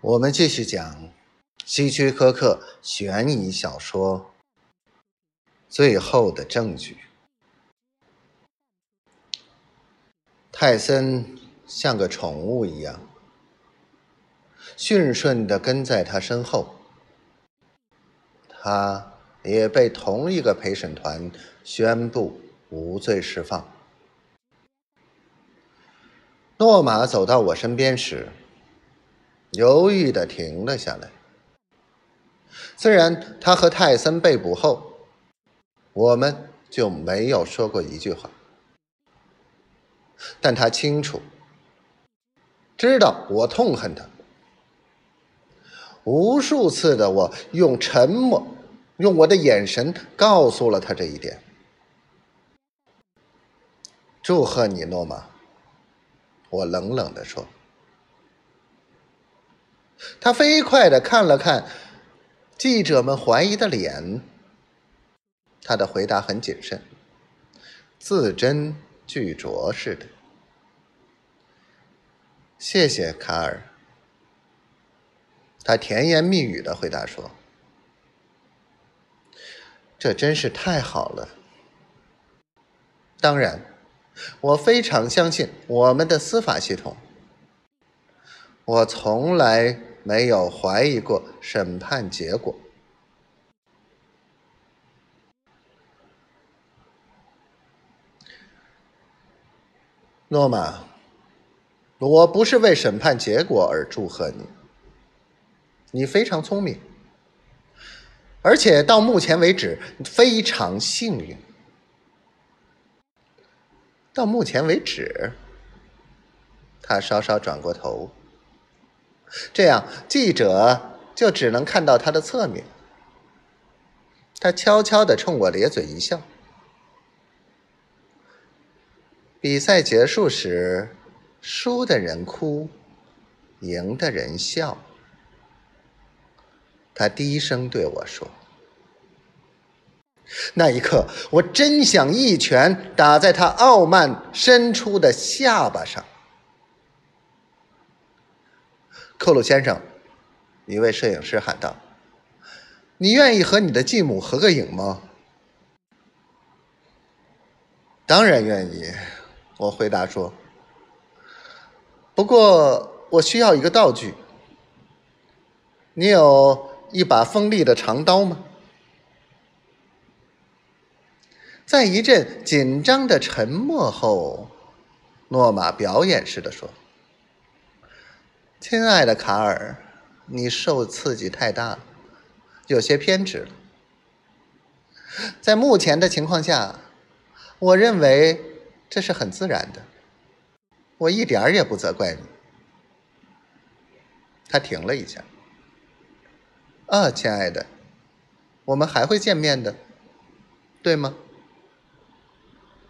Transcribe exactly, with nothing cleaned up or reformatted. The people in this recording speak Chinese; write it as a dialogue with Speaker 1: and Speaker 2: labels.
Speaker 1: 我们继续讲希区柯克悬疑小说《最后的证据》。泰森像个宠物一样，驯顺地跟在他身后。他也被同一个陪审团宣布无罪释放。诺玛走到我身边时，犹豫地停了下来。虽然他和泰森被捕后，我们就没有说过一句话，但他清楚知道我痛恨他。无数次的我用沉默，用我的眼神告诉了他这一点。祝贺你，诺玛，我冷冷地说。他飞快地看了看记者们怀疑的脸，他的回答很谨慎，字斟句酌似的。谢谢，卡尔。他甜言蜜语地回答说：“这真是太好了。当然，我非常相信我们的司法系统。我从来没有怀疑过审判结果。”诺玛，我不是为审判结果而祝贺你。你非常聪明，而且到目前为止非常幸运。到目前为止，他稍稍转过头，这样记者就只能看到他的侧面。他悄悄地冲我咧嘴一笑。比赛结束时，输的人哭，赢的人笑。他低声对我说。那一刻，我真想一拳打在他傲慢伸出的下巴上。克鲁先生，一位摄影师喊道：“你愿意和你的继母合个影吗？”当然愿意，我回答说。不过我需要一个道具。你有一把锋利的长刀吗？在一阵紧张的沉默后，诺玛表演似的说：“亲爱的卡尔，你受刺激太大了，有些偏执了。在目前的情况下，我认为这是很自然的，我一点儿也不责怪你。”他停了一下。啊，亲爱的，我们还会见面的，对吗？